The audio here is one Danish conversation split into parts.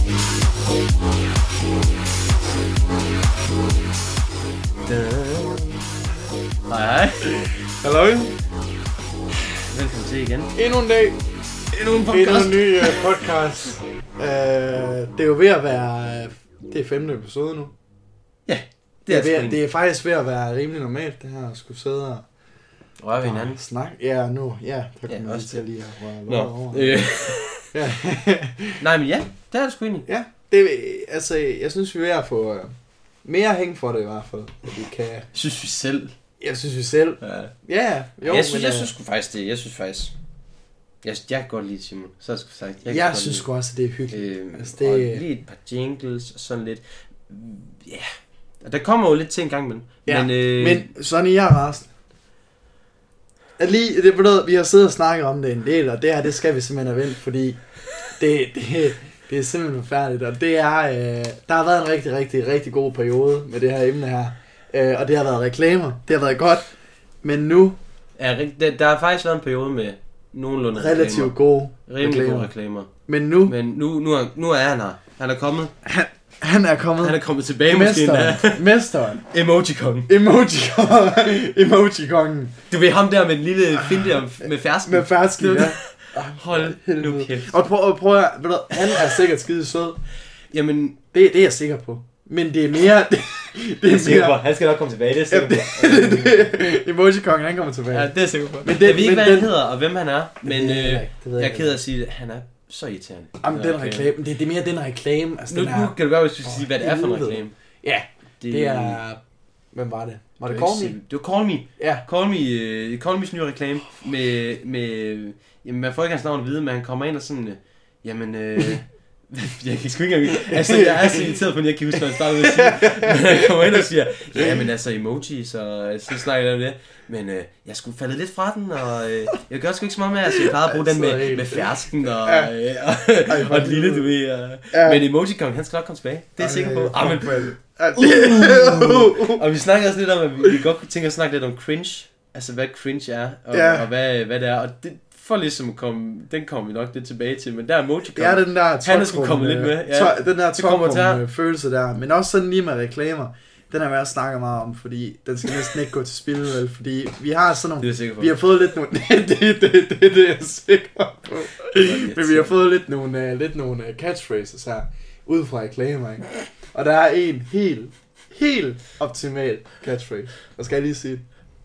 Hej. Hallo. Velkommen til igen. Endnu en dag. Endnu en podcast. Endnu en ny podcast. Det er jo ved at være... Det er 5. episode nu. Ja, det er faktisk ved at være rimelig normalt, det her at skulle sidde og... Rører vi hinanden? Snak. Ja, nu. Ja, der kan man også til lige at røre Nå. over. Ja. Nej, men ja, det er det sgu egentlig. Ja, det, altså, jeg synes, vi er ved at få mere hæng for det i hvert fald. At vi kan... Synes vi selv. Jeg synes vi selv. Ja. Ja, jo, Jeg synes sgu faktisk det. Jeg synes faktisk... Jeg kan godt lide Simon. Så har jeg sgu sagt. Jeg synes sgu også, at det er hyggeligt. Altså, det... Og lige et par jingles og sådan lidt. Ja. Og der kommer jo lidt til en gang med. Ja, men sådan jeg er resten. At lige, vi har siddet og snakket om det en del, og det her, det skal vi simpelthen have vendt, fordi det er simpelthen færdigt, og det er, der har været en rigtig god periode med det her emne her, og det har været reklamer, det har været godt, men nu... Ja, der har faktisk været en periode med nogenlunde relativt gode reklamer. Men nu er han her. Han er kommet. Han er kommet tilbage Mesteren. Emoji-kongen. Du ved ham der med den lille finte med fersken. Med fersken, ja. Hold nu kæft. Og prøv at, han er sikkert skide sød. Jamen, det er jeg sikker på. Men det er mere... Det er sikker på. Han skal nok komme tilbage, det er sikker på. Emoji-kongen, han kommer tilbage. Ja, det er sikker på. Men jeg ved ikke, hvad han hedder og hvem han er. Men jeg er ked af at sige, at han er så irriterende. Jamen, den reklame. Det er mere den reklame. Altså, nu kan du godt sige, hvad det er for en reklame. Ja, det er... Hvem var det? Var det Call Me? Det var Call Me. Ja. Call Me's nye reklame med jamen, man får ikke hans navn at vide, men han kommer ind og sådan, jamen, jeg kan sgu ikke engang, altså jeg er så irriteret på, at jeg kan huske, hvad han startede med at sige, men han kommer ind og siger, jamen altså emojis, og så snakker jeg om det, men jeg skulle falde lidt fra den, og jeg gør sgu ikke så meget med, altså jeg plejede at bruge den med fersken, og den lille, du ved, men emoji-kongen, han skal nok komme tilbage, det er jeg sikker på. Og vi snakker også lidt om, at vi godt kunne tænke at snakke lidt om cringe, altså hvad cringe er, og hvad det er, og det for ligesom den kommer vi nok lidt tilbage til, men der er emoji-kongen, ja, den der han er sgu kommet lidt med, ja, den der toprum følelse der, men også sådan lige med reklamer, den er værd at snakke meget om, fordi den skal næsten ikke gå til spil, vel, fordi vi har sådan nogle, vi har fået lidt nogle, det er jeg sikker på, men vi har fået lidt nogle catchphrases her, ud fra reklamer, ikke? Og der er en helt optimal catchphrase, og skal jeg lige sige,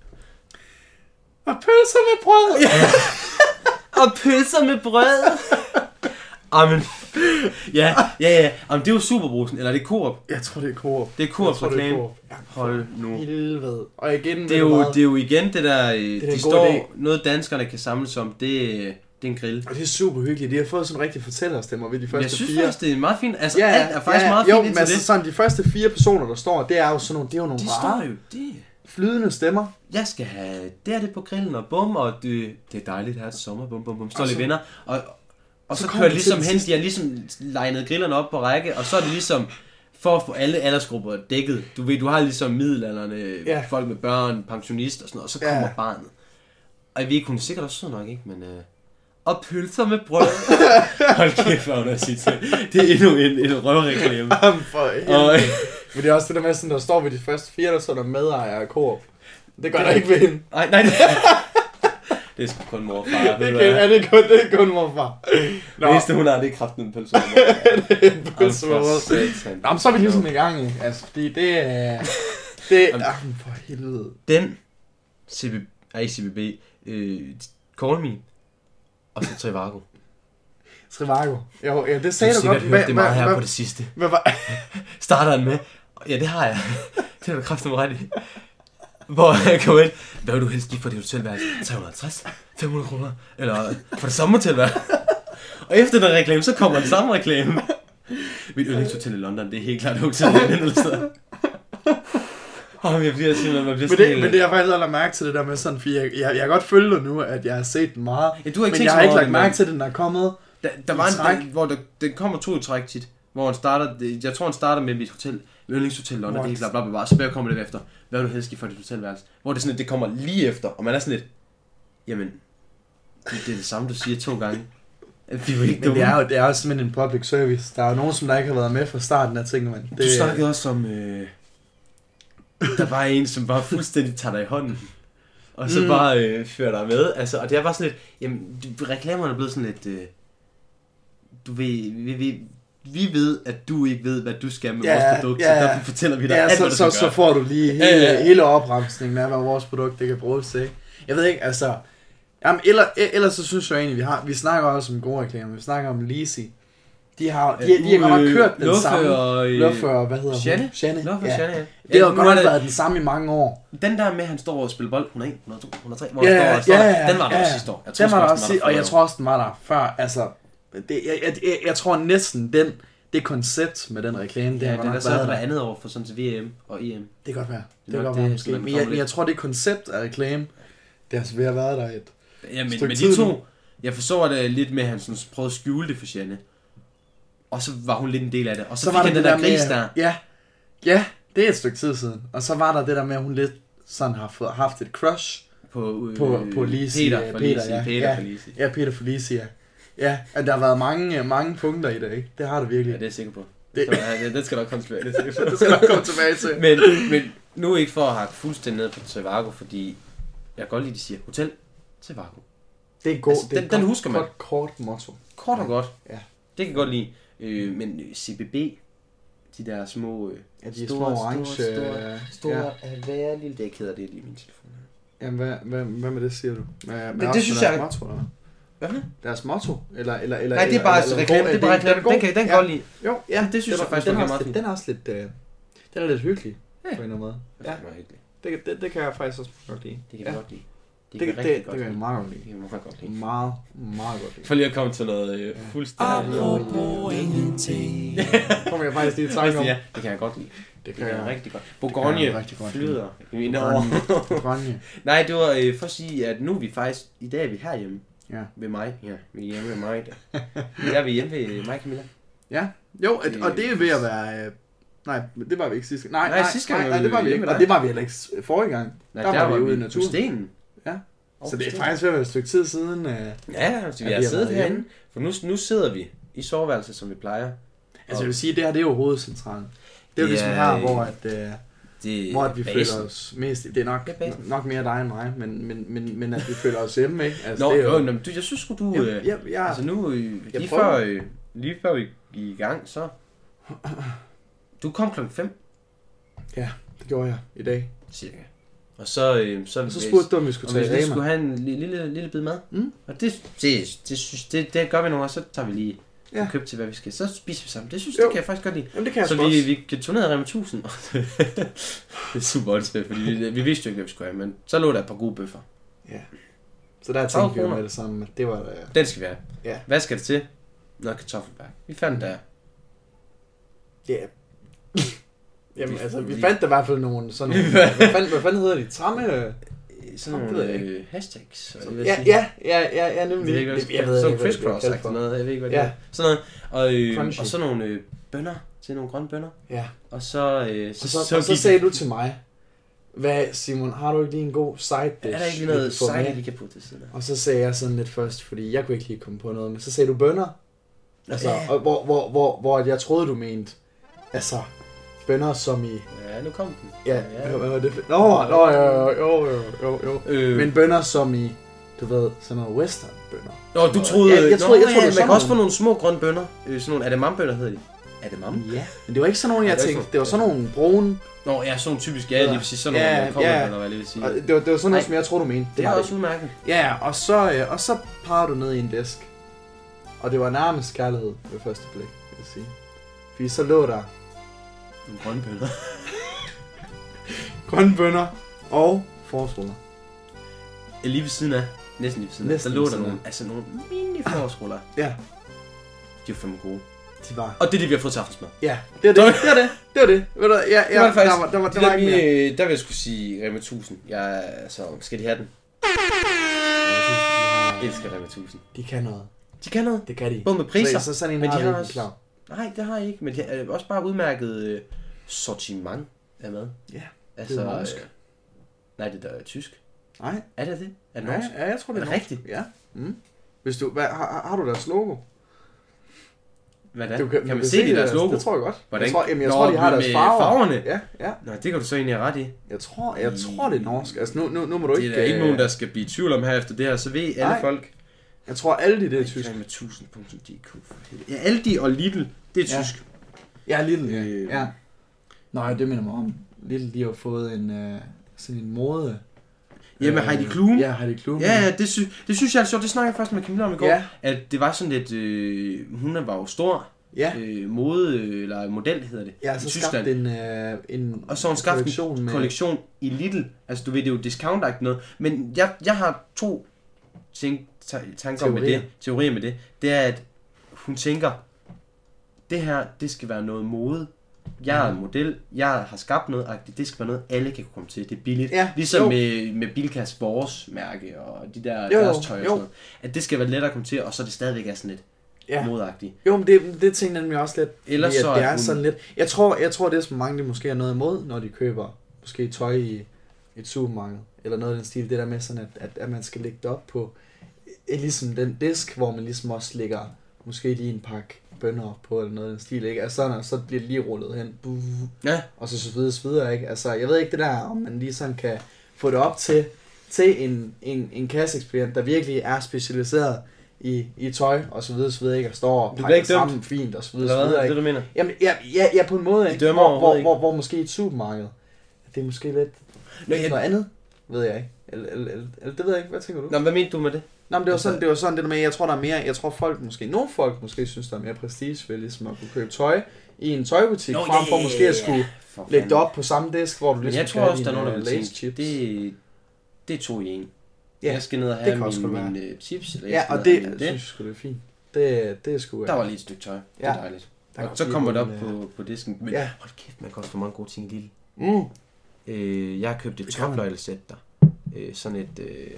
og pølser med brød! Og pølser med brød! Amen. Ja. Jamen, det er jo Superbrugsen, eller er det Coop? Jeg tror, det er Coop. Det er Coops reklame. Hold nu. Helvede. Og igen, det er jo igen det der, de står, noget danskerne kan samles om, det er en grill. Og det er super hyggeligt. De har fået sådan en rigtig fortællerstemmer ved de første 4. Jeg synes faktisk, det er meget fint. Altså, alt er faktisk meget fint indtil det. Altså, sådan, de første 4 personer, der står, det er jo sådan nogle, det er jo nogle rare, flydende stemmer. Jeg skal have det på grillen, og bum, og det er dejligt her til sommer, bum, står lidt venner. Og så kører ligesom hen, de har ligesom legnet grillerne op på række, og så er det ligesom, for at få alle aldersgrupper dækket. Du ved, du har ligesom middelalderne, folk med børn, pensionister og sådan noget, og så kommer barnet. Og jeg ved ikke, hun er sikkert også sød nok, ikke? Men, og pølser med brød. Hold kæft, hvad hun har sit til. Det er endnu en røvreklame. Men det er også det der med, sådan, der står ved de første 4, der så der medejer af Coop. Det gør der ikke ved hende. Nej. Det er sgu kun mor og far. Det er kun mor og far. Det eneste hun har, det er kraften en pølse. Pølse med brød. Nå, men så er vi ligesom i gang, ikke? Altså, fordi det er... for helvede. Den CBB, Call Me, og så Trivago. Trivago. Jo, ja, det sagde du godt. Du har sikkert hørt det meget her på det sidste. Hvad var... Starter den med? Ja, det har jeg. Det er du kraften ret i. Hvor jeg kommer ind. Hvad vil du helst give for det hotelværelse? 350? 500 kroner? Eller for det samme hotelværelse? Og efter den reklame, så kommer den samme reklame. Mit yndlingshotel i London, det er helt klart hotellet eller sted. Jeg bliver simpelthen... Men det har faktisk aldrig mærke til det der med sådan, for jeg kan godt følge dig nu, at jeg har set den meget. Ja, du har ikke men jeg har ikke lagt mærke til, at den er kommet. Der var en hvor den kommer 2 i træk tit. Hvor han starter, jeg tror han starter med mit hotel, yndlingshotel i London, det er helt bla, så kommer det efter. Hvad vil du helst give for dit hotelværelse? Hvor det sådan, det kommer lige efter, og man er sådan lidt, jamen, det er det samme, du siger 2 gange. Vi var ikke men det er jo simpelthen en public service. Der er jo nogen, som der ikke har været med fra starten af, tænker man. Du snakkede også om, der var en, som bare fuldstændig tager dig i hånden, og så bare fører dig med. Altså, og det er bare sådan lidt, jamen, reklamerne er blevet sådan lidt, du ved, vi ved, at du ikke ved, hvad du skal med vores produkt, så derfor fortæller vi dig alt, hvad du skal gøre. Så får du lige hele opremsningen af, hvad vores produkt det kan bruges til. Jeg ved ikke, altså... Jamen, ellers så synes jeg egentlig, vi snakker også om gode reklamer. Vi snakker om Lizzy. De har godt nok kørt den samme. Løffører, hvad hedder hun? Shanne. Ja. Det har godt nok været den samme i mange år. Den der med, han står og spiller bold, 101, 102, 103, hvor der står, den var der også sidste år. Den var der også, og jeg tror også, den var der før. Altså, jeg tror næsten det koncept med den reklame, det har nok været der andet år for sådan til VM og EM. Det kan godt være. Det kan godt være måske. Men jeg tror, det koncept af reklame, det har så ved at være der et... Ja, men de to, jeg forstår det lidt med, at han sådan prøvede at skjule det for Shanne. Og så var hun lidt en del af det. Og så fik han den der gris der. Ja, det er et stykke tid siden. Og så var der det der med, at hun lidt sådan har haft et crush på Lizzy. Peter for Lizzy, ja. Ja, at der har været mange punkter i det, ikke? Det har du virkelig. Ja, det er jeg sikker på. Det skal nok komme tilbage. Det skal nok komme tilbage til. Men nu ikke for at hakke fuldstændig ned på Trivago, fordi jeg kan godt lide, at de siger Hotel Trivago. Det er godt. Altså, den husker man. Kort motto. Kort og godt. Ja. Det kan jeg godt lide. Men CBB, de der små... de små orange... Store hvad lille det keder det lige min telefon. Jamen, hvad med det, siger du? Det synes jeg... Motto, eller hvad? Deres motto? Eller, nej, det er bare reklame. Det er bare reklame. Den kan godt lide. Jo, ja. Det synes jeg faktisk er meget fint. Den er også lidt... Den er lidt hyggelig. På en eller anden måde. Ja. Det kan jeg faktisk også godt lide. Det kan jeg godt lide. Det kan jeg meget godt lide. Meget godt lide. For lige at komme til noget fuldstændig... Apropos ingenting. Kommer jeg faktisk lige i tanke om. Ja, det kan jeg godt lide. Det kan jeg rigtig godt. Bourgogne flyder. Bourgogne. Nej, det var for at sige, at nu er vi faktisk... I dag er vi herhjemme. Ja. Ved mig. Ja, vi er hjemme ved mig. Der er vi hjemme ved mig, Camilla. Ja. Jo, og det er ved at være... Nej, det var vi ikke sidste gang. Nej, sidste gang det var vi ikke. Og det var vi heller ikke forrige gang. Nej, der var vi ude i naturen. Stenen. Ja. Så det er faktisk ved at være et stykke tid siden. Ja, så vi har siddet herinde. For nu sidder vi i soveværelset, som vi plejer. Altså jeg vil sige, det her det er jo hovedcentralen. Det er jo ligesom her, hvor at vi føler os mest... Det er nok mere dig end mig, men at vi føler os hjemme, ikke? Altså, jeg synes sgu du... Altså nu, lige før vi gik i gang, så... Du kom 5:00. Ja, det gjorde jeg i dag. Cirka. Og så spurgte du, om vi skulle tage Rema. Vi skulle have en lille bid mad. Og det gør vi nogle, og så tager vi lige køb til, hvad vi skal. Så spiser vi sammen. Det kan jeg faktisk godt lide. Jamen, det kan jeg så vi turnerede Rema 1000. Det er super åndssvagt, fordi vi vidste jo ikke, hvad vi skulle have, men så lå der et par gode bøffer. Ja. Så der tænkte vi jo med det samme. Det var den skal vi have. Ja. Hvad skal det til? Noget kartoffelbærk. Vi fandt der. Ja. Jamen, altså, vi fandt der i hvert fald nogle sådan nogle... hvad fanden hedder de? Tramme... Sådan nogle hashtags. Ja, nemlig. Jeg ved sådan crisscross-agtigt noget. Jeg ved ikke, hvad det er. Sådan noget. Og sådan nogle bønner. Til nogle grønne bønner. Ja. Og så sagde du til mig, hvad, Simon, har du ikke lige en god side dish? Er der ikke lige noget side, vi kan putte til siden af? Og så sagde jeg sådan lidt først, fordi jeg kunne ikke lige komme på noget, men så sagde du bønner. Altså, hvor jeg troede, du mente, altså, bønner som i... Ja, nu kom den. Ja, hvad var det? Jo. Men bønner som i, du ved, sådan noget western bønner. Nå, du troede... Jeg troede, man kan også få nogle små grønne bønner. Sådan nogle edamame-bønner hedder de. Edamame? Ja, men det var ikke sådan nogle, jeg tænkte. Det var sådan nogle brune... Nå, ja, sådan nogle typisk, lige vil sige, sådan nogle kommer, eller hvad jeg vil sige. Det var sådan noget, som jeg troede, du mente. Det er også udmærket. Ja, og så parrede du ned i en disk. Og det var nærmest kærlighed ved første blik, vil jeg sige. Fordi så lå der... Nogle grønne bønner. Grønne bønner og forårsruller. Lige ved siden af. Næsten lige ved siden af. Så lå der nogle mini forårsruller. Ja. De var fandme gode. De var. Og det er det, vi har fået til aftensmad. Ja, det er det. Det var det. Ved du, ja, det var det faktisk. Der var ikke mere. Der vil jeg skulle sige Rema 1000. Skal de have den? Jeg elsker Rema 1000. De kan noget. De kan noget. Det kan de. Både med priser. Så sådan en har de ikke klar. Nej, det har jeg ikke. Men de har også bare udmærket sortiment af mad. Ja, altså, det er norsk. Nej, det der er tysk. Nej. Er det det? Er det norsk? Ja, jeg tror det er rigtigt. Ja. Hvis du, har du deres logo? Hvad da? Kan man se det deres logo? Det tror jeg godt. Hvordan? Jeg tror, de har deres farverne? Ja. Nå, det kan du så egentlig have ret i. Jeg tror, det er norsk. Altså, nu må du ikke... Det er der ikke nogen, der skal blive i tvivl om her efter det her, så ved alle folk... Jeg tror, Aldi, det er tysk. Med 1000.dk. Ja, Aldi og Lidl, det er tysk. Ja, Lidl, ja. Nej, det minder mig om. Lidl, de har fået sådan en mode... Ja, med Heidi Klum. Ja, Heidi Klum. Ja, det synes jeg er sjovt. Det snakkede jeg først med Camilla om i går. At det var sådan lidt... hun var jo stor. Ja. Mode, eller model hedder det. Ja, så skabte en og så hun skabte en kollektion i Lidl. Altså, du ved, det er jo discount-agtigt noget. Men jeg har 2 tanker med det. Teorier med det. Det er, at hun tænker, det her, det skal være noget mode. Jeg er en model, jeg har skabt noget, det skal være noget, alle kan komme til, det er billigt. Ja, ligesom med Bilkas vores mærke og de der deres tøj og sådan noget. At det skal være lettere at komme til, og så det stadigvæk er sådan lidt modagtigt. Jo, men det tænker jeg også lidt, ellers så det er sådan lidt. Jeg tror det er så mange, de måske er noget imod, når de køber måske tøj i et supermarked, eller noget af den stil, det der med sådan, at man skal lægge det op på, ligesom den disk, hvor man ligesom også lægger måske lige en pakke bønner på, eller noget af den stil, ikke? Altså sådan, og så bliver det lige rullet hen, og så videre, ikke? Altså, jeg ved ikke det der, om man lige sådan kan få det op til en kasseekspedient, der virkelig er specialiseret i tøj, og så videre, ikke? Og står og pakker sammen fint, og så videre, ikke? Det du mener? Jamen, ja, på en måde, ikke? Hvor måske et supermarked, det er måske lidt noget andet, ved jeg ikke. Eller det ved jeg ikke, hvad tænker du? Nå, hvad mente du med det? Nå, men det var sådan det der med, jeg tror nogle folk måske synes, der er mere prestige ved ligesom at kunne købe tøj i en tøjbutik, frem for måske at skulle lægge det op på samme disk, hvor du ligesom jeg tror også, der er nogen, der vil tænke, det er 2 i 1. Ja, jeg skal ned og have mine chips. Eller ja, og det synes jeg sgu, det er fint. Det er sgu... Der var lige et stykke tøj. Det er dejligt. Og så kommer det op på disken. Men hold kæft, man kan også få mange gode ting i Lidl. Jeg har købt et topløjtesæt der. Sådan et...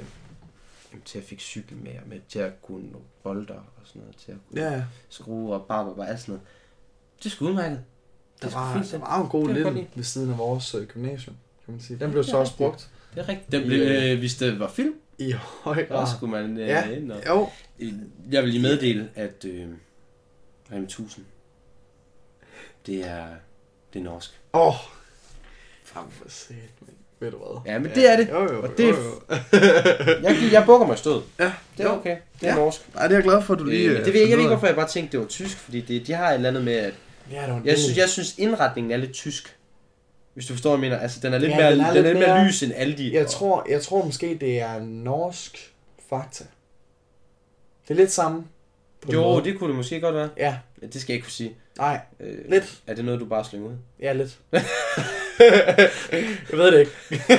til at fik cykel med til at kunne bolder og sådan noget, til at kunne skrue og bare alt sådan noget. Det er sgu udmærket. Der var en god Lidl ved siden af vores gymnasium, kan man sige. Den blev så også brugt. Det er rigtigt. Den blev, hvis det var film, i høj grad. Så skulle man ind og... Jo. Jeg vil lige meddele, at Rema 1000, det er norsk. Frem for sæt, ved du hvad? Ja, men det er det. Og det jeg bukker mig stød. Ja, det er okay. Det er norsk. Nej, det er jeg glad for, at du lige... jeg ved ikke, hvorfor jeg bare tænkte, det var tysk, fordi de har et eller andet med, at... Jeg synes indretningen er lidt tysk. Hvis du forstår, hvad jeg mener. Altså, den er lidt mere lys end Aldi. Jeg tror måske, det er norsk Fakta. Det er lidt samme. Jo, det kunne det måske godt være. Ja. Det skal jeg ikke kunne sige. Nej, lidt. Er det noget, du bare slynger ud? Ja, lidt. Jeg ved det ikke.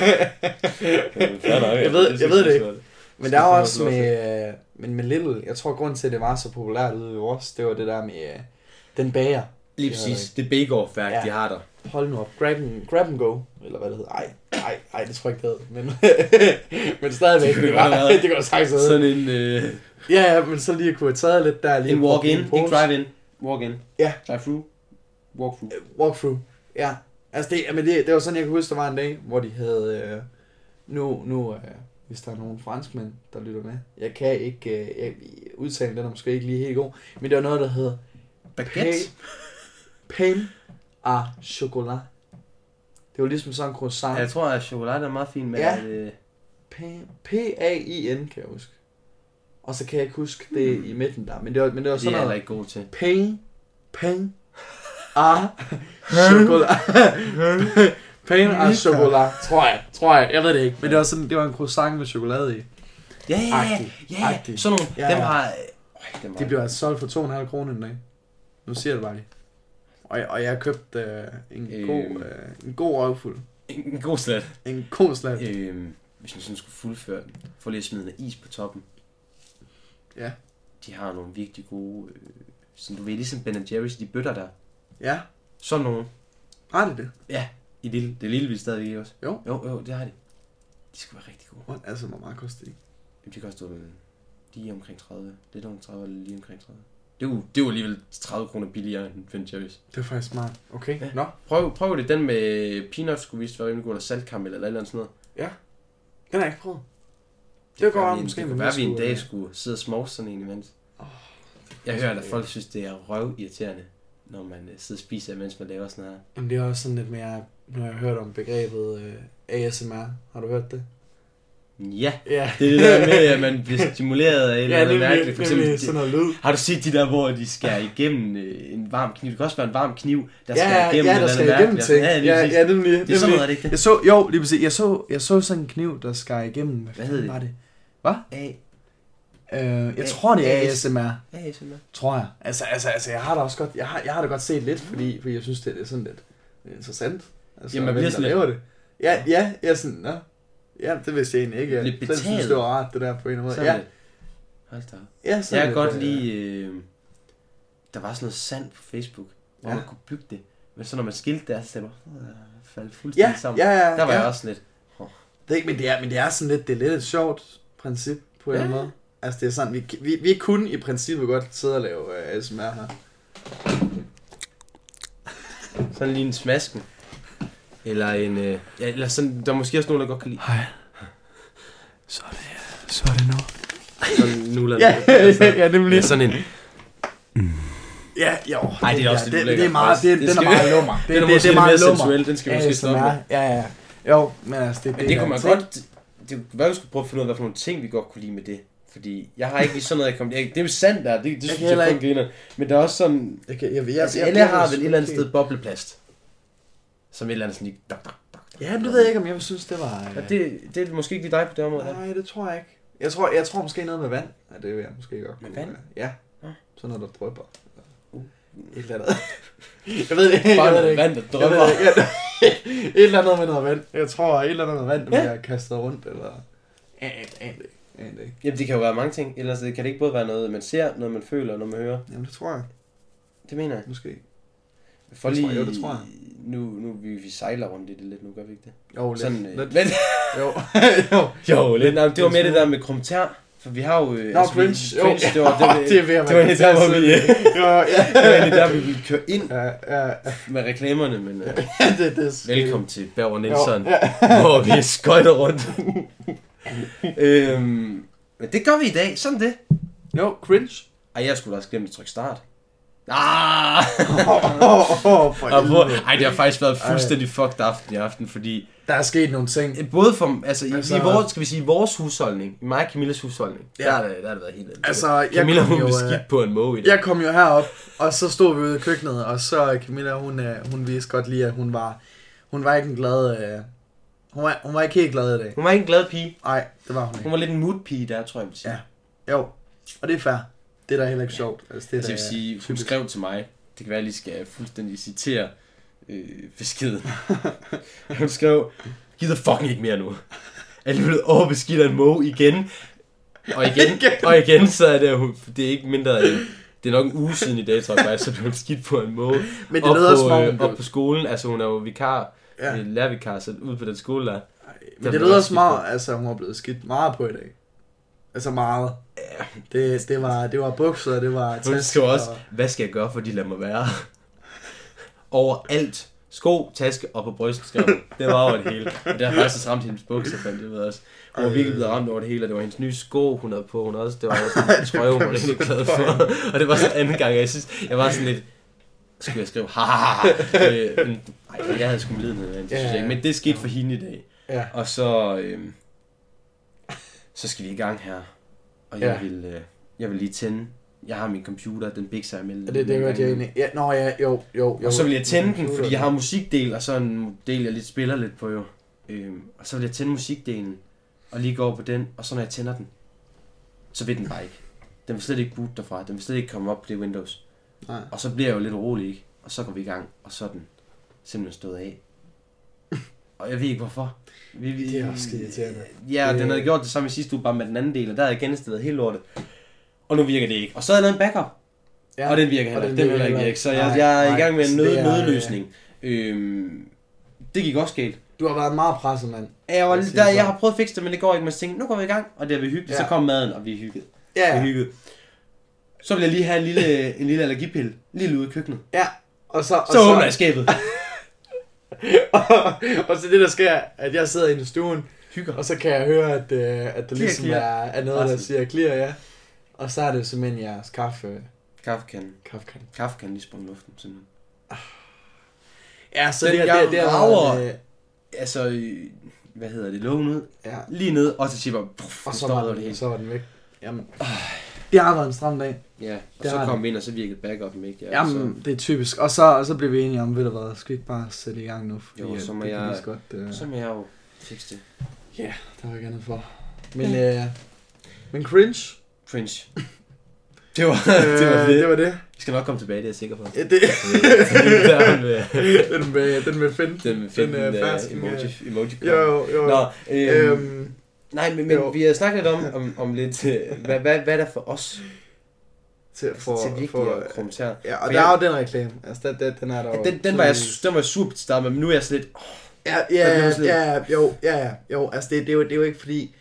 jeg ved det ikke. Men der er også med Lidl, jeg tror grunden til, at det var så populært ude i vores, det var det der med den bager. Lige præcis, det bageoff-værk, de har der. Hold nu op, grab and go, eller hvad det hedder. Ej, det tror jeg ikke, det hedder, men stadigvæk, det kan du sagtens hedde. Sådan en... Ja, men så lige kunne have taget lidt der. Lige en walk-in, ikke drive-in, walk-in. Ja. Drive-through, walk-through. Walk-through, ja. Altså det var sådan, jeg kunne huske, der var en dag, hvor de havde, hvis der er nogle franskmænd, der lytter med, jeg kan ikke udtale den er måske ikke lige helt god, men det var noget, der hedder baguette. Pain à chocolat. Det var ligesom sådan en croissant. Jeg tror, at chokolade er meget fint med. Ja. P-A-I-N, kan jeg huske. Og så kan jeg ikke huske det i midten der, men det var sådan noget. Det er jeg ikke god til. Pain à chocolat. Pain à chocolat, tror jeg. Jeg ved det ikke, men det var en croissant med chokolade i. Ja. Sådan nogle, dem har... De blev altså solgt for 2,5 kroner en dag. Nu siger jeg det bare lige. Og jeg har købt en god røvfuld. En god slat. En god slat. Hvis man sådan skulle fuldføre den, få lige smidt noget is på toppen. Ja. De har nogle virkelig gode, som du ved, ligesom Ben & Jerry's, de bøtter der. Ja. Sådan nogle. Har de det? Ja, det lille vi stadigvæk også. Jo, det har de. De skal være rigtig gode. Altså, hvor meget koster de? De koster lige omkring 30. Lidt omkring 30 eller lige omkring 30. Det var alligevel 30 kroner billigere end Ben & Jerry's. Det er faktisk smart. Okay. Ja. Nå. Prøv det. Den med peanuts skulle vist være rimelig god, eller saltkaramel eller et eller andet sådan noget. Ja. Den har jeg ikke prøvet. Det går måske. Det kunne være, at vi en dag skulle sidde og smoke sådan en imens. Jeg hører, at folk synes, det er røvirriterende, når man sidder og spiser, mens man laver sådan her. Jamen det er også sådan lidt mere, nu har jeg hørt om begrebet ASMR. Har du hørt det? Ja, det er det der med, at man bliver stimuleret af et eller andet mærkeligt. For eksempel, sådan noget lyd. Har du set de der, hvor de skærer igennem en varm kniv? Det kan også være en varm kniv, der skærer igennem der skærer igennem ting. Ja, det er sådan noget, er det ikke det? Lige præcis. Jeg så sådan en kniv, der skærer igennem. Hvad hed det? Var det? Hvad? Jeg tror det er ASMR. ASMR. Tror jeg. Altså jeg har da også godt, jeg har da godt set lidt, fordi jeg synes det er sådan lidt interessant. Altså, jamen, man bliver sådan lidt. Det. Ja, jeg er sådan, nå. Ja, det vidste jeg egentlig ikke. Jeg synes, det var rart, det der på en måde. Ja. Hold da. Ja, jeg kan godt lide, der var sådan noget sand på Facebook, hvor man kunne bygge det. Men så når man skilte der, så faldt fuldstændig sammen. Der var jeg også lidt. Det er ikke, men det er sådan lidt, det er lidt et sjovt princip på en måde. Altså det er sådan, vi kunne i princippet godt sidde og lave ASMR her. Sådan lige en smasken. Eller en, eller sådan, der er måske også nogen, der godt kan lide. Hej. Så er det nu. Sådan nuller. Ja, nemlig. Ja, sådan en. Ja, jo. Nej, det er også lidt det er meget, den er meget lummer. Den er måske lidt mere sensuel, den skal vi måske stoppe med. Ja. Jo, men altså men det kunne man godt, det kunne være, vi skulle prøve at finde ud af, hvad for nogle ting, vi godt kunne lide med det. Fordi jeg har ikke lige sådan noget, jeg kommer. Det er jo sandt der, det synes jeg kun griner. Men der er også sådan, alle har vel et eller andet sted bobleplast. Som et eller andet sådan lige, Ja, det ved jeg ikke, om jeg synes, det var... Det er måske ikke lige dig på det område. Nej, det tror jeg ikke. Jeg tror måske noget med vand. Ja, det vil jeg måske godt. Med vand? Ja. Sådan noget, der drypper. Et eller andet. Jeg ved det ikke. Bare noget vand, der drypper. Et eller andet med noget vand. Jeg tror, et eller andet med vand, der bliver kastet rundt, eller... Jamen, det kan jo være mange ting. Ellers kan det ikke både være noget, man ser, noget man føler, og noget man hører. Jamen, det tror jeg. Det mener jeg. Måske. For lige, det tror jeg. Nu vi sejler rundt i det lidt, nu gør vi ikke det? Jo, lidt. Sådan, lidt. jo, lidt. Nej, det var med det der med kommentar. For vi har jo... cringe. Det var det der, hvor vi... Det var der, vi ville køre ind med reklamerne, men... Velkommen til Berger Nielsen, hvor vi skøjter rundt. Men det gør vi i dag, sådan det. Jo, cringe. Ej, jeg skulle også glemme at trykke start. Ej, det har faktisk været fuldstændig fucked aften i aften, fordi... Der er sket nogle ting. Både for, altså i vores, skal vi sige, vores husholdning, mig og Camillas husholdning, der har det været helt andet. Altså, Camilla, hun blev skidt på en måge i det. Jeg kom jo herop, og så stod vi ude i køkkenet, og så Camilla, hun vidste godt lige, at hun var ikke en glad... Hun var ikke helt glad i dag. Hun var ikke en glad pige. Nej, det var hun ikke. Hun var lidt en mood-pige der, tror jeg, vil sige. Ja, jo. Og det er fair. Det er da heller ikke sjovt. Altså, det vil sige, hun skrev til mig, det kan være, at jeg lige skal fuldstændig citere beskeden. Hun skrev, gider fucking ikke mere nu. Jeg er blevet overbeskidt af en måge igen. Og igen, så er det er ikke mindre end... Det er nok en uge siden i dag, tror jeg, så blev hun skidt på en måge. Men det lyder som om... Op på skolen, altså hun er jo vikar, lærervikar, så ude på den skole der. Men det lyder som om, altså hun er blevet skidt meget på i dag. Altså meget. Ja. Det var bukser, det var tasker. Hun skrev også, hvad skal jeg gøre, for de lader mig være? Overalt. Sko, taske og på brystet skrev. Det var over det hele. Og det har faktisk også ramt hendes bukser, fandt jeg ved også. Hun var virkelig blevet ramt over det hele, og det var hendes nye sko, hun havde på. Hun også, det var også en trøje, hun var rigtig glad for. Og det var så anden gang, jeg var sådan lidt, skulle jeg skrive, haha. Nej, jeg havde sgu lidenhed, det synes jeg ikke. Men det skete for hende i dag. Ja. Og så skal vi i gang her. Og jeg vil lige tænde. Jeg har min computer, den bikser imellem. Det gør jeg egentlig. Ja, jo. Og så vil jeg tænde den, fordi jeg har musikdel, og så en del, jeg lidt spiller lidt på jo. Og så vil jeg tænde musikdelen, og lige gå over på den, og så når jeg tænder den, så vil den bare ikke. Den vil slet ikke boot derfra, den vil slet ikke komme op på det Windows. Nej. Og så bliver jeg jo lidt urolig, ikke? Og så går vi i gang, og så er den simpelthen stået af. Og jeg ved ikke hvorfor. Det er også skide irriterende. Ja, den havde gjort det samme i sidste uge, bare med den anden del, og der havde jeg genstillet helt lortet. Og nu virker det ikke. Og så havde jeg lavet en backup. Ja, og den virker heller ikke. Den vil ikke virke. Så jeg er i gang med en nødløsning. Det gik også galt. Du har været meget presset, mand. Jeg har prøvet at fikse det, men det går ikke. Men jeg tænkte, nu går vi i gang. Og det er vi hyggeligt. Så kom maden, og vi er hygget. Ja. Vi hygget. Så vil jeg lige have en lille allergipille. Lige ude i køkkenet. Ja. Og så åbner jeg skabet. og så det der sker, at jeg sidder inde i stuen, Hygger. Og så kan jeg høre, at der ligesom er noget, der siger clear, ja. Og så er det simpelthen jeres Kaffekanden. Kaffekanden lige sprang luften, simpelthen. Ja, så det er altså, hvad hedder det, lågen ud, lige ned, og så siger bare, og så var den væk. Jamen, det har været en stram dag. Ja, og så kom vi ind, og så virkede backup ikke. Ja, jamen, det er typisk. Og så blev vi enige om, ved du hvad, skal vi ikke bare sætte i gang nu? Fordi, jo, så må jeg jo fikse det. Ja, der var ikke andet for. Men cringe. Det var det. Vi skal nok komme tilbage, det er jeg sikker på. Ja, den vil finde. Den emoji. Jo. Nå, nej, men vi har snakket lidt om lidt, hvad er der for os? Til virkelig at kommentere. Ja, og der er jo den reklame. Altså, den er der jo. Den var super til start med, men nu er jeg slet. Jo, altså det er jo ikke fordi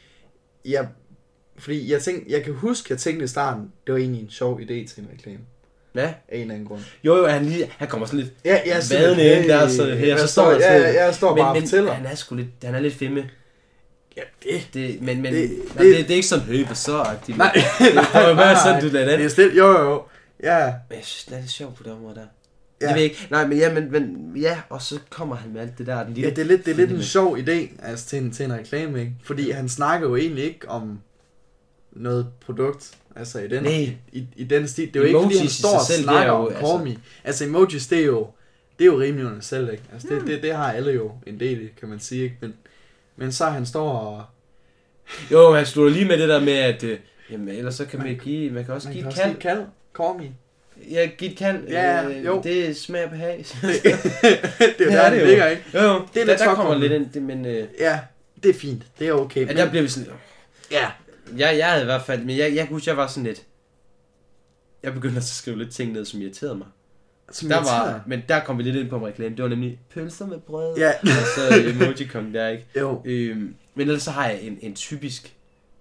jeg kan huske, jeg tænkte i starten, det var egentlig en sjov idé til en reklame. Ja. Af en eller anden grund. Jo, han kommer sådan lidt vadende ind der, så står han sådan. Jeg står bare og fortæller. Han er lidt fimme. Ja, men det er ikke sådan høbe så-agtigt. Nej. Det var bare sådan, du lader den. Det er stille, jo. Ja. Men jeg synes, det er lidt sjovt på det område der. Ja. Det ved jeg ikke. Nej, men ja, og så kommer han med alt det der. Det er lidt en sjov idé, altså til en reklame, ikke? Fordi han snakker jo egentlig ikke om noget produkt, altså i den stil. Det er jo ikke, fordi han står og snakker om Call Me. Altså emojis, det er jo rimelig under selv, ikke? Altså det har alle jo en del, kan man sige, ikke? Men så han står og... Jo, han slutter lige med det der med, at jamen, ellers så kan man kan også give et kald. Call Me. Ja, give et kald. Ja, jo. Det smager behag. Det er jo der, det ligger, ikke? Jo, det er lidt der kommer lidt ind, men... Ja, det er fint. Det er okay. Men der bliver vi sådan... Ja. Jeg havde i hvert fald... Men jeg kunne huske, jeg var sådan lidt... Jeg begyndte at skrive lidt ting ned, som irriterede mig. Men der kom vi lidt ind på en reklame. Det var nemlig pølser med brød. Ja. Og så emoji kom der, ikke? Jo. Men ellers så har jeg en typisk...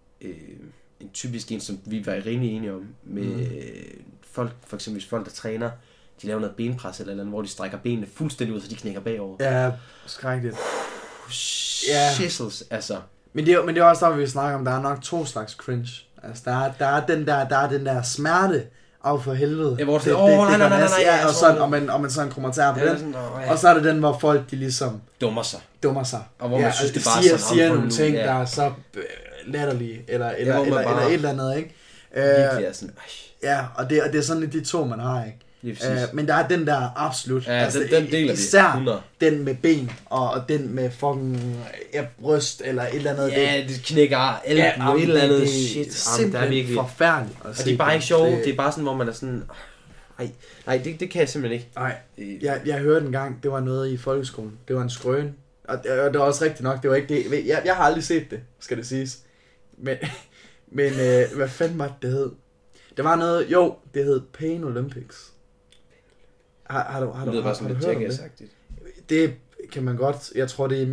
En typisk en, som vi var rimelig enige om. Med folk, for eksempel hvis folk, der træner, de laver noget benpres eller andet, hvor de strækker benene fuldstændig ud, så de knækker bagover. Ja, skrækkeligt. Shizzles, altså. Men det er også der, vi snakker om, der er nok 2 slags cringe. Altså, der er den der smerte af for helvede. Ja, hvor det nej. Ja, og sådan, og man sådan kommenterer på den. Sådan, og så er det den, hvor folk, de ligesom... Dummer sig. Og hvor man synes, det bare siger nogle ting, der er så latterlige, eller et eller andet, ikke? Ja, og det er sådan lidt de 2, man har, ikke? Men der er den der absolut, altså, den deler især 100. Den med ben, og den med fucking bryst, eller et eller andet. Ja, det knækker et eller andet shit. Det er simpelthen forfærdeligt. Og det er bare ikke sjovt, det er bare sådan, hvor man er sådan, nej, det kan jeg simpelthen ikke. Nej, jeg hørte en gang, det var noget i folkeskolen, det var en skrøn, og det var også rigtigt nok, det var ikke det, jeg har aldrig set det, skal det siges. Men hvad fanden var det hed? Det var noget, det hed Pain Olympics. Har du hørt om det? Det kan man godt, jeg tror det er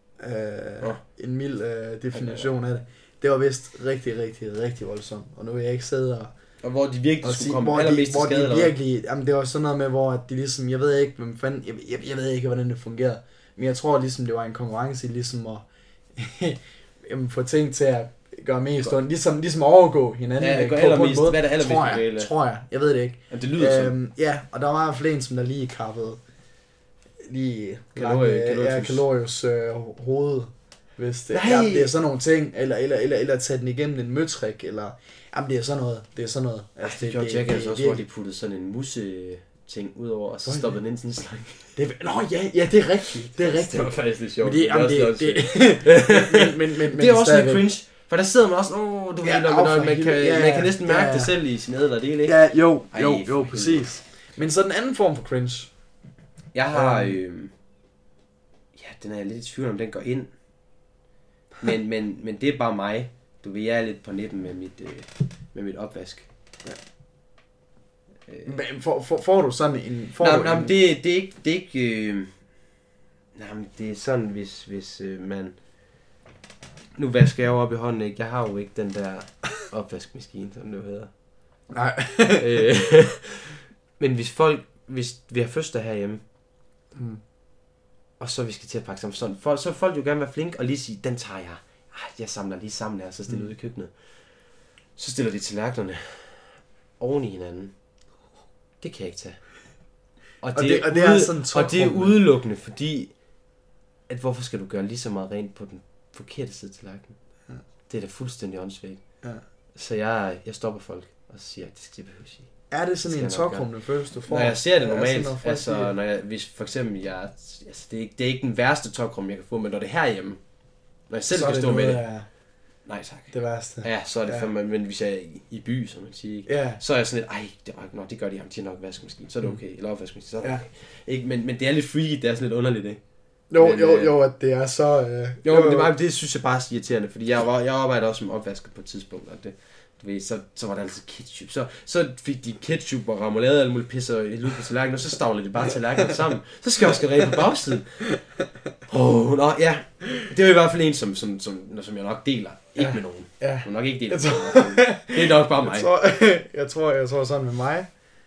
en mild definition af det. Det var vist rigtig voldsomt, og nu vil jeg ikke sidde og hvor de virkelig skulle komme allermest til skade, eller virkelig, jamen det var sådan noget med, hvor de ligesom, jeg ved ikke, hvem fanden, jeg ved ikke, hvordan det fungerede, men jeg tror ligesom, det var en konkurrence, ligesom at få ting til at gøre mest ondt, ligesom overgå hinanden. Ja, det går allermest, hvad er det allermest? Tror jeg, jeg ved det ikke. Ja, det lyder sådan. Ja, og der var i hvert fald en, som der lige kappede, Kalorius hoved, hvis det, det er sådan nogle ting, eller tage den igennem en møtrik, eller, jamen det er sådan noget. Altså, det gjorde Jackass også, hvor de puttede sådan en musse-ting ud over, og så stoppede den ind sådan en slang. Ja, det er rigtigt. Det var faktisk lidt sjovt. Det er også lidt cringe. For der sidder man også, man kan næsten mærke det selv i sin ædler del, ikke? Ja, jo, præcis. Men så den anden form for cringe. Jeg har, den er jeg lidt i tvivl om, den går ind. Men det er bare mig. Du ved, jeg er lidt på nippen med mit opvask. Ja. Men får du sådan en... Det er ikke... det er sådan, hvis man... Nu vasker jeg jo op i hånden, ikke? Jeg har jo ikke den der opvaskemaskine, som det hedder. Nej. Men hvis vi har fødselsdag herhjemme, og så vi skal til at pakke sammen sådan, så folk jo gerne være flink og lige sige, den tager jeg. jeg samler lige sammen her, så stiller ud i køkkenet. Så stiller de tallerkenerne oven i hinanden. Det kan jeg ikke tage. Og det er sådan og det er udelukkende, fordi, at hvorfor skal du gøre lige så meget rent på den forkerte side af tallerkenen? Ja. Det er da fuldstændig åndssvagt. Ja. Så jeg stopper folk, og så siger, det skal jeg behøve sige. Er det sådan en tokrummende følelse, du får? Når jeg ser det normalt, altså når jeg, hvis for eksempel det er ikke den værste tokrum, jeg kan få, men når det er herhjemme, når jeg selv kan stå med det, nej tak. Det værste. Ja, så er det fandme, men hvis jeg er i by, som man siger, så er jeg sådan lidt, det gør de, de har nok vaskemaskine, så er det okay, eller opvaskemaskine, så er det okay. Ikke, men det er lidt freaky, det er sådan lidt underligt, ikke? Jo, at det er så... Det synes jeg bare er irriterende, fordi jeg arbejder også som opvasker på et tidspunkt, og det, du ved, så var der altid ketchup. Så fik de ketchup og remoulade og alle mulige pisser i lyd på tallerkenen, og så stavlede de bare tallerkenen sammen. Så skal jeg også rent på bagsiden. Det er i hvert fald en, som jeg nok deler. Ikke med nogen. Ja. Nok ikke deler med nogen. Det er nok bare mig. Jeg tror sådan med mig.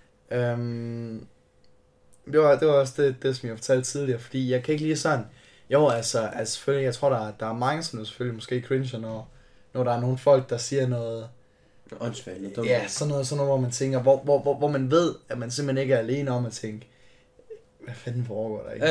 Det var også det, som jeg fortalte tidligere, fordi jeg kan ikke lige sådan... Jo, altså selvfølgelig, jeg tror, der er mange, som selvfølgelig måske cringer, når der er nogle folk, der siger noget... Åndssvagt. Ja, sådan noget, hvor man tænker, hvor man ved, at man simpelthen ikke er alene om at tænke, hvad fanden foregår der ikke?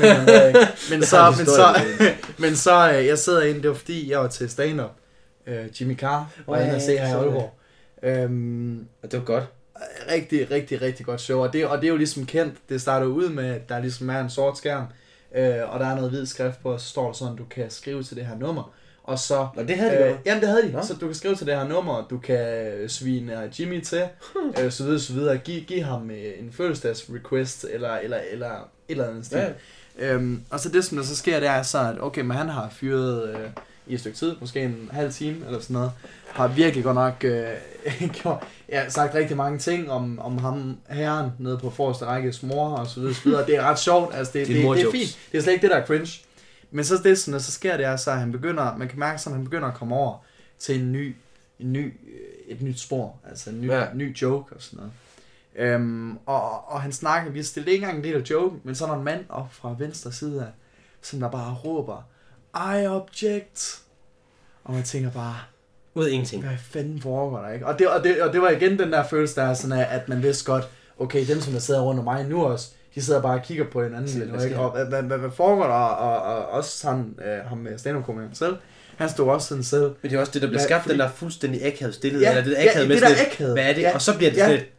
Men så, jeg sidder inde, det var fordi, jeg var til stand-up. Jimmy Carr var inde og se her i Aalborg. Og det var godt. Rigtig, rigtig, rigtig godt show, og det er jo ligesom kendt. Det starter ud med, at der ligesom er en sort skærm, og der er noget hvid skrift på, og så står der sådan, du kan skrive til det her nummer. Og så, det havde de jamen det havde de. Så du kan skrive til det her nummer, du kan svine Jimmy til, så videre. Giv ham en fødselsdags-request, eller et eller andet sted. Ja. Og så det, som der så sker, det er så, at okay, men han har fyret i et stykke tid, måske en halv time, eller sådan noget, har virkelig godt nok sagt rigtig mange ting om ham, herren, nede på forreste rækkes mor, og så videre. Det er ret sjovt, altså det er fint. Det er slet ikke det, der er cringe. Men så det, sådan, så sker det altså, at man kan mærke, at han begynder at komme over til et nyt spor, altså en ny joke og sådan noget. Og han snakker, vi stiller ikke engang en del af joken, men så er der en mand op fra venstre side af, som der bare råber, I object. Og man tænker bare, ud ingenting. Hvad fanden foregår der, ikke? Og det var igen den der følelse, der er sådan, at man vidste godt, okay, dem som der sidder rundt om mig nu også, de sidder bare og kigger på hinanden, og hvad foregår der, og også ham med stand-up-komikeren selv, han stod også sådan selv. Men det er også det, der bliver skabt, den der fuldstændig akavet stillhed, eller det der akavet med sådan, hvad er det, og så bliver det sådan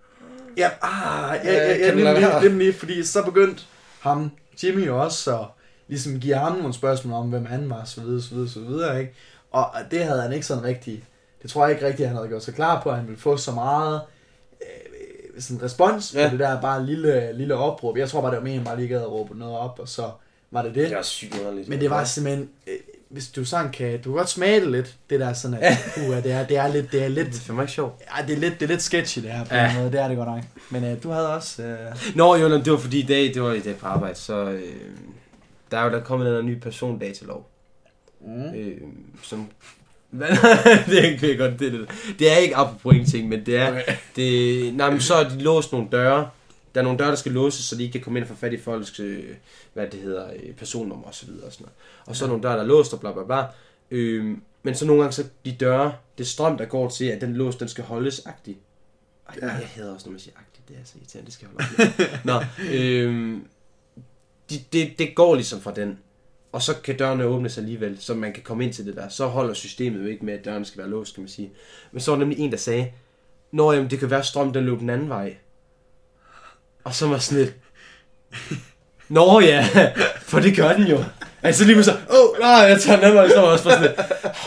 lidt, nemlig, fordi så begyndte ham, Jimmy også, at ligesom give ham nogle spørgsmål om, hvem han var, så videre, ikke? Og det havde han ikke sådan rigtig, det tror jeg ikke rigtig, han havde gjort så klar på, at han ville få så meget sådan respons på det der bare lille opråb. Jeg tror bare, det var meningen, bare lige gad at råbe noget op, og så var det det. Det var sygt noget. Men det var simpelthen, hvis du sådan du kan godt smage det lidt, det der sådan, at det er lidt... Det er for mig sjovt. Ja, det er lidt sketchy det her på en måde, det er det godt nok. Men du havde også... Nå, det var fordi det var i dag på arbejde, så der er jo kommet en ny persondatalov, som... det er godt, det er ikke apropos ingenting, men det er okay. Så er de låst nogle døre. Der er nogle døre, der skal låses, så de ikke kan komme ind og få fat i folks personnummer og så videre og sådan noget. Og så er nogle døre, der er låst og bla bla bla. Men så nogle gange så de døre, det strøm der går til, at den lås den skal holdes agtigt. Jeg hader også når man siger agtigt, det er så irriterende, det skal holde op. Det går ligesom fra den. Og så kan dørene åbnes alligevel, så man kan komme ind til det der. Så holder systemet jo ikke med, at dørene skal være låst, kan man sige. Men så var der nemlig en, der sagde, jamen det kan være strøm, den løb den anden vej. Og så var sådan lidt, nå ja, for det gør den jo. Altså lige så, jeg tager den anden vej, så var også bare sådan lidt,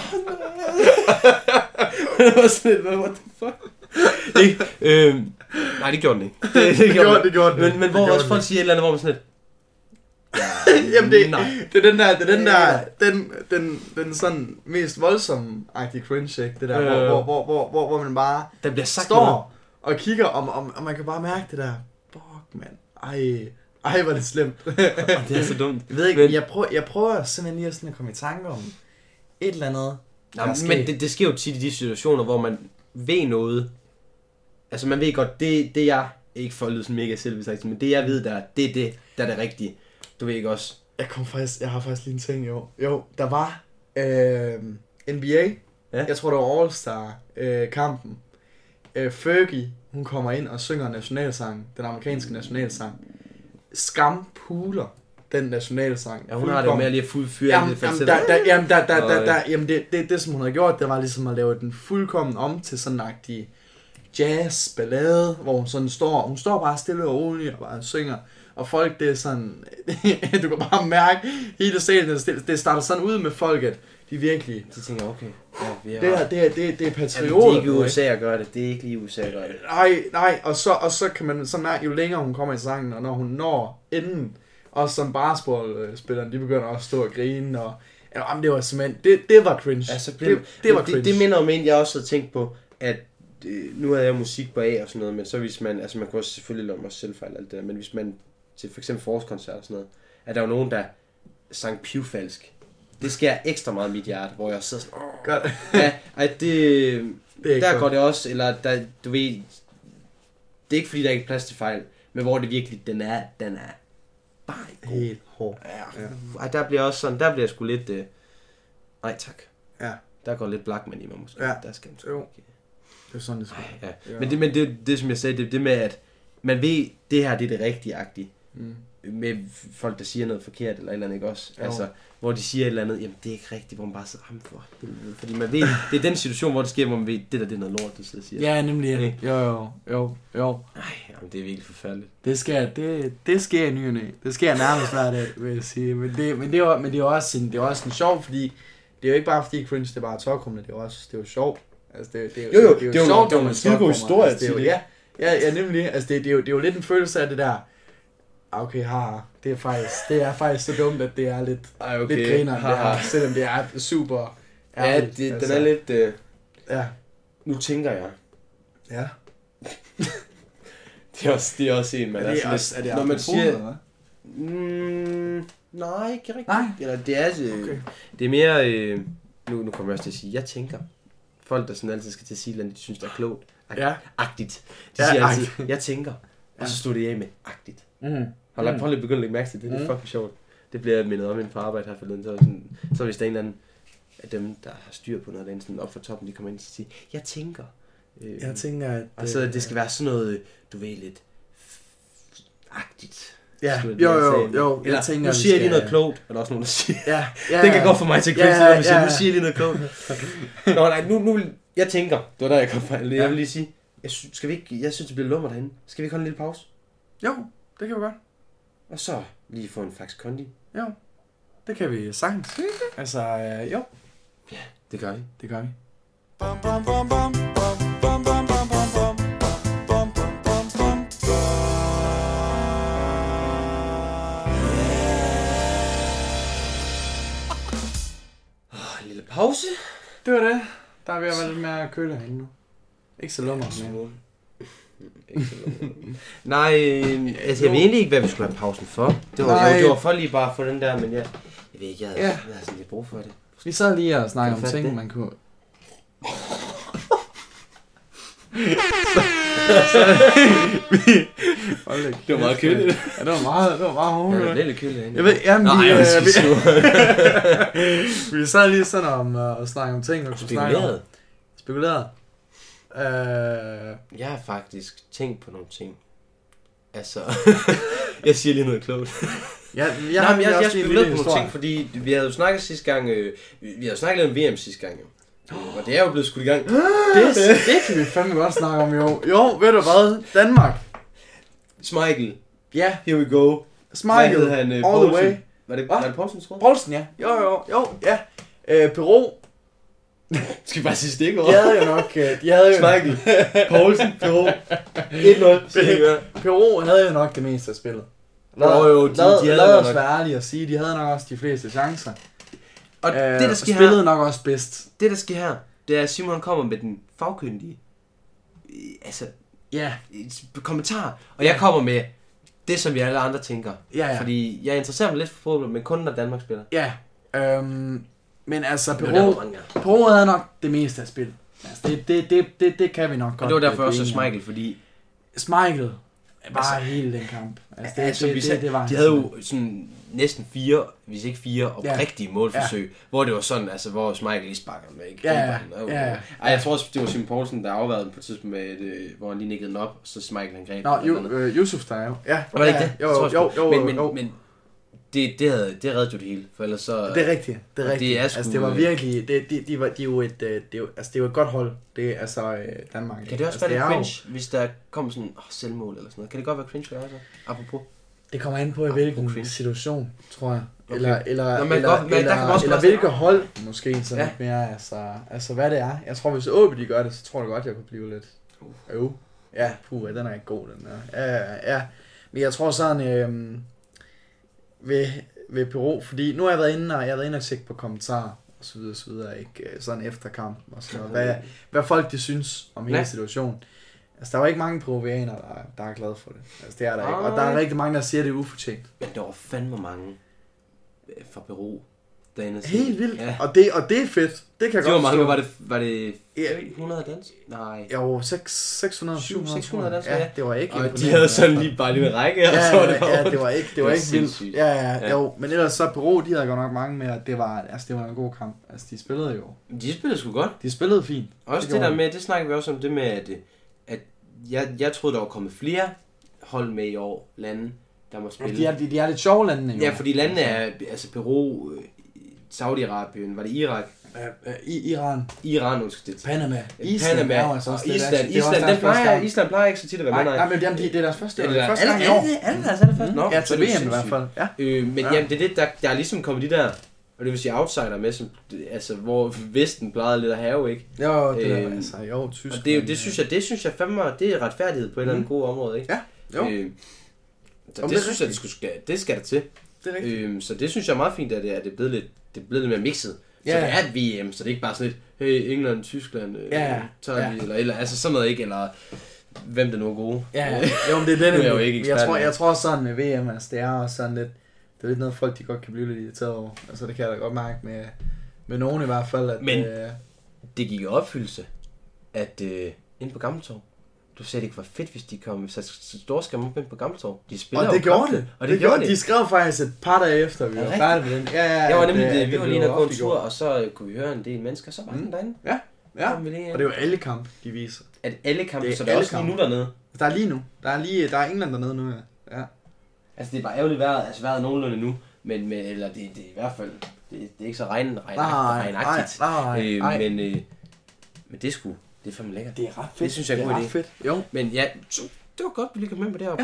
det var sådan lidt, what the fuck? Nej, det gjorde den ikke. Det gjorde den. Men hvor også folk siger et eller andet, hvor man sådan lidt, jamen det er den sådan mest voldsomme-agtige cringe, ikke? Det der, hvor man bare der bliver sagt står noget. Og kigger, og man kan bare mærke det der, fuck man, ej hvor det slemt. Det er så dumt. Jeg ved ikke, jeg prøver simpelthen lige sådan at komme i tanke om et eller andet. Men det sker jo tit i de situationer, hvor man ved noget, altså man ved godt, det jeg, ikke for at lyde sådan mega selvbesagt, men det jeg ved, der er det rigtige. Du ved ikke også? Jeg har faktisk lige en ting, jo. Der var NBA. Ja. Jeg tror, det var All-Star-kampen. Fergie, hun kommer ind og synger nationalsangen, den amerikanske nationalsang. Skampuler den nationalsang. Ja, hun har det jo med at lige at fuldføre det som hun havde gjort, det var ligesom at lave den fuldkommen om til sådan en agtig jazz-ballade, hvor hun sådan står bare stille og roligt og bare synger. Og folk, det er sådan, du kan bare mærke, hele salen, det starter sådan ud med folk, at de virkelig... De tænker, okay, ja, det er patrioter. Det er ikke USA at gøre det, det er ikke lige USA at gøre det. Nej, og så kan man så mærke, jo længere hun kommer i sangen, og når hun når enden, og som basketballspillerne, de begynder også at stå og grine, og jamen, det var simpelthen, det var cringe. Altså, det var cringe. Det minder om en, jeg også havde tænkt på, at nu havde jeg musik på A og sådan noget, men så hvis man, altså man kunne også selvfølgelig lade mig selv fejl alt det der, men hvis man til for eksempel forårskoncert og sådan noget, at der var nogen, der sang pivfalsk. Det sker ekstra meget i mit hjerte, hvor jeg sidder sådan, gør det. Ja, det der godt. Går det også, eller der, du ved, det er ikke fordi, der er ikke plads til fejl, men hvor det virkelig, den er bare ikke god. Helt hård. Ja. Der bliver også sådan, der bliver sgu lidt, nej tak. Ja. Der går lidt Blackman i mig måske. Ja. Der skal man sgu ikke. Det er sådan, det skal. Ja. Men det som jeg sagde, det med, at man ved, det her det er det rigtige-agtige. Med folk, der siger noget forkert eller et eller andet, ikke også? Jo. Altså, hvor de siger et eller andet, jamen det er ikke rigtigt, hvor man bare sidder, for helvede. Fordi man ved, det er den situation, hvor det sker, hvor man ved, det er noget lort, du sidder og siger. Ja, nemlig. Jo. Nej, jamen det er virkelig forfærdeligt. Det sker i nyerne. Det sker nærmest hver dag, vil jeg sige. Men det er jo også en sjov, fordi det er jo ikke bare fordi cringe, det er bare tokrummende, det er jo sjovt. Altså det er jo sjovt, det er jo en skidegod historie til det. Ja, nemlig. Altså det er jo lidt en følelse af det der. Okay, det er faktisk så dumt, at det er lidt griner, selvom det er super ærligt. Ja, den er lidt... Ja. Nu tænker jeg. Ja. det er også en, man er sådan lidt... Når man siger... Nej, ikke rigtigt. Nej. Eller det er... Okay. Det er mere... Nu kommer jeg også til at sige, jeg tænker. Folk, der sådan altid skal til at sige, at de synes, det er klogt. Agtigt. De siger altid, jeg tænker. Og så stod det af med agtigt. Prøv lige at begynde at lægge mærke til det. Det er fucking sjovt. Det bliver jeg mindet om inden på arbejde her forleden. Så hvis der er en eller anden af dem, der har styr på noget, der er sådan op fra toppen, de kommer ind og siger, jeg tænker. Jeg tænker, at... Og så det skal være sådan noget, du ved, lidt agtigt. Ja, jo. Eller, tænker, nu siger jeg lige noget klogt, og der er også nogen, der siger. Ja. Det kan gå for mig til at sige, nu siger jeg lige noget klogt. Nå, nej, nu jeg tænker, det var der, jeg kom fra. Jeg vil lige sige, jeg synes, det bliver lummer derinde. Skal vi ikke holde en lille pause? Jo, det kan vi godt. Og så lige få en Fax Kondi. Jo, det kan vi sagtens. Altså, jo. Ja, det gør vi. Bam, bam, bam, bam. En lille pause. Det var det. Der er ved at være lidt mere køle herinde nu. Ikke så lummer mere. Nej, altså jeg ved egentlig ikke, hvad vi skulle have pausen for. Det var for lige bare for den der, men jeg ved ikke, jeg havde sådan lidt brug for det. Vi sad lige og snakkede om ting, man kunne... Det var meget køligt. Ja, det var meget hårdt. Det var lidt køligt. Jeg ved, jamen, vi sad lige sådan om at snakke om ting, og spekuleret. Jeg har faktisk tænkt på nogle ting. Altså, jeg siger lige noget klogt. Jeg spekulerede på nogle ting, fordi vi havde jo snakket sidste gang, vi havde snakket lidt om VM sidste gang, og det er jo blevet skudt i gang. Det kan vi fandme godt snakke om, jo. Jo, ved du hvad? Danmark. Schmeichel. Ja. Here we go. Schmeichel, all the Poulsen. way. Var det Poulsen, tror jeg? Poulsen, ja. Jo, ja. Peru. Skal vi bare sige stikord? De havde jo nok... Schmeichel, Poulsen, Peru. 1-0. Peru havde jo nok det meste af spillet. Lad os være ærlige og sige, de havde nok også de fleste chancer. Og det, der sker spillede nok også bedst. Det, der sker her, det er, at Simon kommer med den fagkyndige kommentar. Og jeg kommer med det, som vi alle andre tænker. Ja. Fordi jeg interesserer mig lidt for fodbold, men kun når Danmark spiller. Ja. Men altså, Peru havde nok det meste af spillet. Altså, det kan vi nok godt. Og det var derfor også Schmeichel, fordi... Schmeichel, Bare hele den kamp. Det var de havde jo sådan næsten 4, hvis ikke 4 oprigtige målforsøg, hvor det var sådan, altså hvor Schmeichel lige sparker den væk. Jeg tror også, det var Simon Poulsen, der afværede den på et tidspunkt med, hvor han lige nikkede den op, og så Schmeichel han greb. Yusuf der jo. Ja. Var det ikke det? Jo. Men det reddede jo det hele, for ellers så... Det er rigtigt. Altså det var virkelig, det var et godt hold, det er altså Danmark. Kan det også være lidt cringe, hvis der kommer sådan selvmål eller sådan noget? Kan det godt være cringe, hvad er så? Apropos. Det kommer an på i hvilken situation, tror jeg. Okay. Eller hvilket hold, måske sådan lidt mere, altså hvad det er. Jeg tror, hvis OB de gør det, så tror jeg godt, jeg kunne blive lidt... Ja, den er ikke god, den der. Ja. Men jeg tror sådan... ved Peru, fordi nu har jeg været inde og tjekke på kommentarer og så videre, ikke sådan efter kampen og sådan noget, hvad folk de synes om hele situationen. Altså der var ikke mange peruvianere, der er glade for det. Altså det er der ikke, og der er rigtig mange, der siger det er ufortjent. Men der var fandme mange fra Peru derinde. Helt vildt, og det er fedt. Det kan godt mange, var det 100 dansk? Nej. Jo, 600 dansk, ja. Det var ikke. Og de havde sådan lige bare en række, og så var det bare... Ja, det var ikke vildt. Ja. Jo, men ellers så Peru, de havde godt nok mange med, at det var en god kamp. Altså, de spillede jo. De spillede sgu godt. De spillede fint. Også det der med, det snakker vi også om, det med, at jeg troede, der var kommet flere hold med i år, lande, der må spille. Ja, de er lidt sjove landene jo. Ja, fordi landene er, altså Peru, Saudi-Arabien, var det Irak? Iran, nu skal det til. Panama. Island, Island plejer ikke så tit at være med. Nej, men det er deres første gang i år. Ja, til VM i hvert fald. Men jamen, det er det, der er ligesom kommet de der, og det vil sige outsider med, som, altså, hvor Vesten plejede lidt at have, ikke? Jo, Tyskland. Og det synes jeg fandme, det er retfærdighed på et eller andet gode område, ikke? Ja, jo. Det synes jeg, det skal der til. Det er rigtigt. Så det synes jeg er meget fint, at det er blevet lidt mere mixet. Så det er et VM, så det er ikke bare sådan lidt, hey, England, Tyskland, tager vi, eller altså sådan noget ikke, eller hvem der nu er gode. Ja, jo, men det er det, jo ikke jeg tror sådan med VM, altså det er også sådan lidt, det er lidt noget folk, de godt kan blive lidt irriteret over. Altså det kan jeg da godt mærke med nogen i hvert fald. At, men det gik i opfyldelse, at inde på Gammeltorv, du sagde, det ikke var fedt, hvis de kom så store skærm op på Gammeltorv. De spiller og det gjorde det. Og det gjorde det. De skrev faktisk et par dage efter, vi var færdige med den. Jeg var nemlig, vi var lige inde og gå en tur, og så kunne vi høre en del mennesker, så var den derinde. Ja. Og det er jo alle kampe, de viser. At alle kampe, så det er også lige nu dernede? Der er lige nu. Der er England dernede nu, ja. Altså det er bare ærgerligt vejret, altså vejret er nogenlunde nu, men eller det er i hvert fald, det er ikke så regnagtigt. Men det er sgu, det er fandme lækkert. Det er ret fedt. Det synes jeg er en god idé. Fedt. Jo. Men ja, det var godt, vi lige kom med på det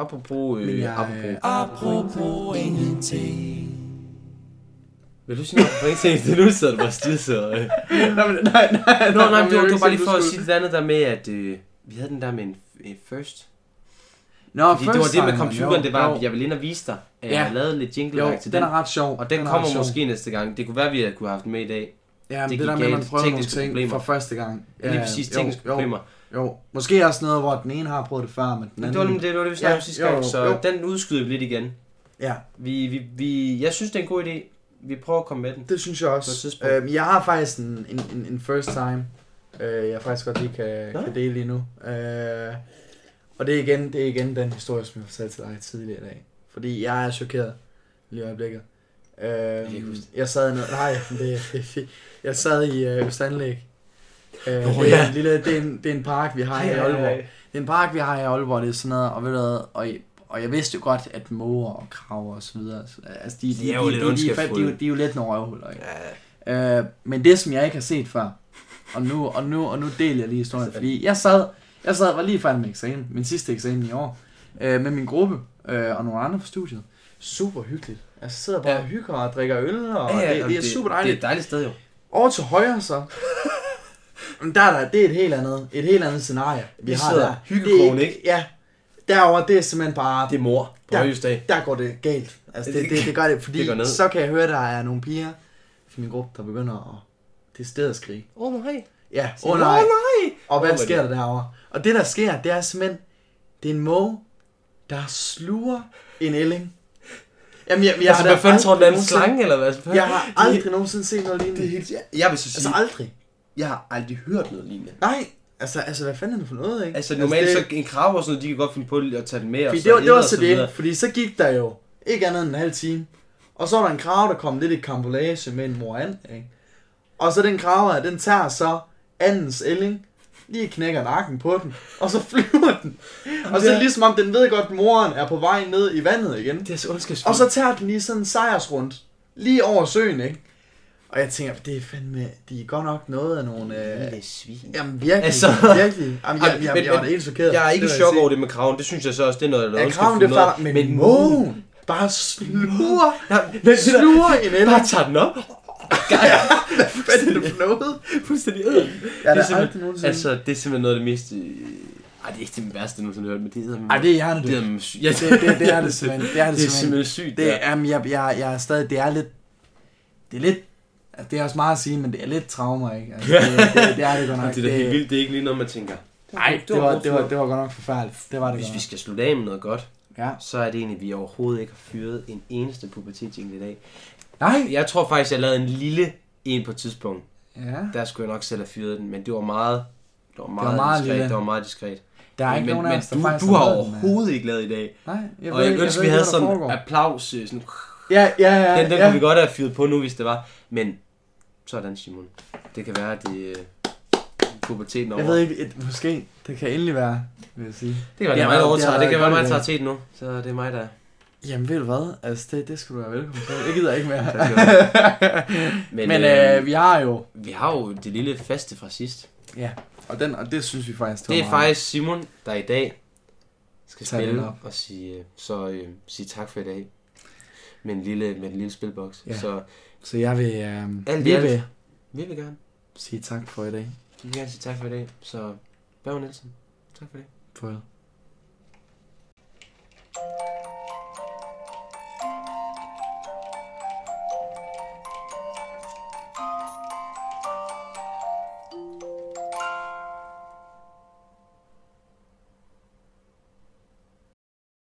apropos ingenting. Vil du sige noget på ingenting? Det er nu, så du bare stidser. Nej, det var bare lige for at sige det andet der med, at vi havde den der med en first. Fordi det var det med computeren, det var, at jeg ville ind og vise dig, at jeg lavede lidt jingle-værk til den. Den er ret sjov. Og den kommer måske næste gang. Det kunne være, at vi kunne have haft den med i dag. Ja, det der med, at man prøver nogle ting for første gang. Ja, lige præcis tekniske problemer. Jo, måske også noget, hvor den ene har prøvet det før, men den anden... Det var det, vi snakkede om sidste gang, så den udskyder vi lidt igen. Ja. Jeg synes, det er en god idé. Vi prøver at komme med den. Det synes jeg også. Jeg har faktisk en first time, jeg faktisk godt lige kan dele lige nu. Og det er igen den historie, som jeg fortalte til dig tidligere i dag. Fordi jeg er chokeret lige i øjeblikket. Jeg sad jeg sad i Østanlæg. Det er en park, vi har her i Aalborg. Det er en park, vi har her i Aalborg, det er sådan noget, og ved du, og jeg vidste jo godt, at måger og kraver og så videre, altså de er jo lidt nogle røvhuller, ikke? Men det, som jeg ikke har set før, og nu deler jeg lige historien, fordi jeg var lige færdig med eksamen, min sidste eksamen i år, med min gruppe og nogle andre fra studiet. Super hyggeligt. Jeg sidder bare og hygger og drikker øl, og det er super dejligt. Det er et dejligt sted jo. Over til højre så. Det er et helt andet scenarie. Vi har der. Hyggekrogen, ikke? Ja. Derovre, det er simpelthen bare... Det er mor på højhusdag. Der går det galt. Altså, det gør det, fordi så kan jeg høre, der er nogle piger i min gruppe, der begynder at decideret skrige. Nej. Ja, nej. Og hvad sker der derovre? Og det, der sker, det er simpelthen... Det er en måge, der sluger en ælling. Jamen, jeg har hvad fanden tror du, en slange, eller hvad? Jeg har aldrig nogensinde set noget lignende. Jeg vil så sige... Altså aldrig. Jeg har aldrig hørt noget lignende. Nej. Altså, hvad fanden er det for noget, ikke? Altså, normalt så en krav og sådan noget, de kan godt finde på at tage den med. Og så det var så det, fordi så gik der jo ikke andet end en halv time. Og så var der en krav, der kom lidt i kampolage med en mor and, ikke? Og så den krav her, den tager så andens ælling, lige knækker nakken på den, og så flyver den. Og så ligesom om den ved godt, at moren er på vej ned i vandet igen. Det er så ondskabsfuldt. Og så tager den lige sådan en sejrsrundt, lige over søen, ikke? Og jeg tænker, det er fandme, de er godt nok noget af nogle... Det er svin. Jamen virkelig, altså, virkelig. Jamen, jeg var da helt chokeret. Jeg er ikke i chok over det med kraven, det synes jeg så også, det er noget, der kraven, det er fart, men mågen bare sluger en ælling. Bare tager den op. Hvad fanden er det for noget? Fuldstændig æder. Ja, det er aldrig nogensinde. Altså, det er simpelthen noget af det mest... det er ikke det værste, jeg nogensinde har hørt, men det er... Ej, det er hjernedødt. Det er det simpelthen. Det er simpelthen sygt. Jeg er stadig... Det er lidt... Altså, det er også meget at sige, men det er lidt trauma, ikke? Altså, det er det godt nok. Det er helt vildt, det er ikke lige noget, man tænker. Nej, det var godt nok forfærdeligt. Det var det. Hvis vi skal slutte af med noget godt, ja, så er det egentlig, at vi overhovedet ikke har fyret en eneste pubertet-jingle i dag. Nej. Jeg tror faktisk, jeg lavede en lille en på et tidspunkt. Ja. Der skulle jeg nok selv have fyret den, men det var meget diskret. Der er ikke nogen af os, der faktisk du har overhovedet ikke lavet i dag. Nej, og jeg ønsker, vi havde sådan en applaus. Sådan, ja. Den kunne vi godt have fyret på nu, hvis det var. Men sådan, Simon. Det kan være, at det puberteten over. Jeg ved ikke, måske det kan endelig være, vil jeg sige. Det kan være, det er mig, der overtager. Det kan være, mig, der tager teten nu. Så det er mig, der... Jamen ved du hvad, altså det skal du være velkommen til. Jeg gider ikke mere. Men vi har jo det lille faste fra sidst. Ja, og det synes vi faktisk. Det er faktisk Simon, der i dag skal spille og sige tak for i dag. Med en lille spilboks. Ja. Så jeg vil vi vil gerne sige tak for i dag. Vi vil gerne sige tak for i dag. Så Børge Nielsen, tak for det. Farvel.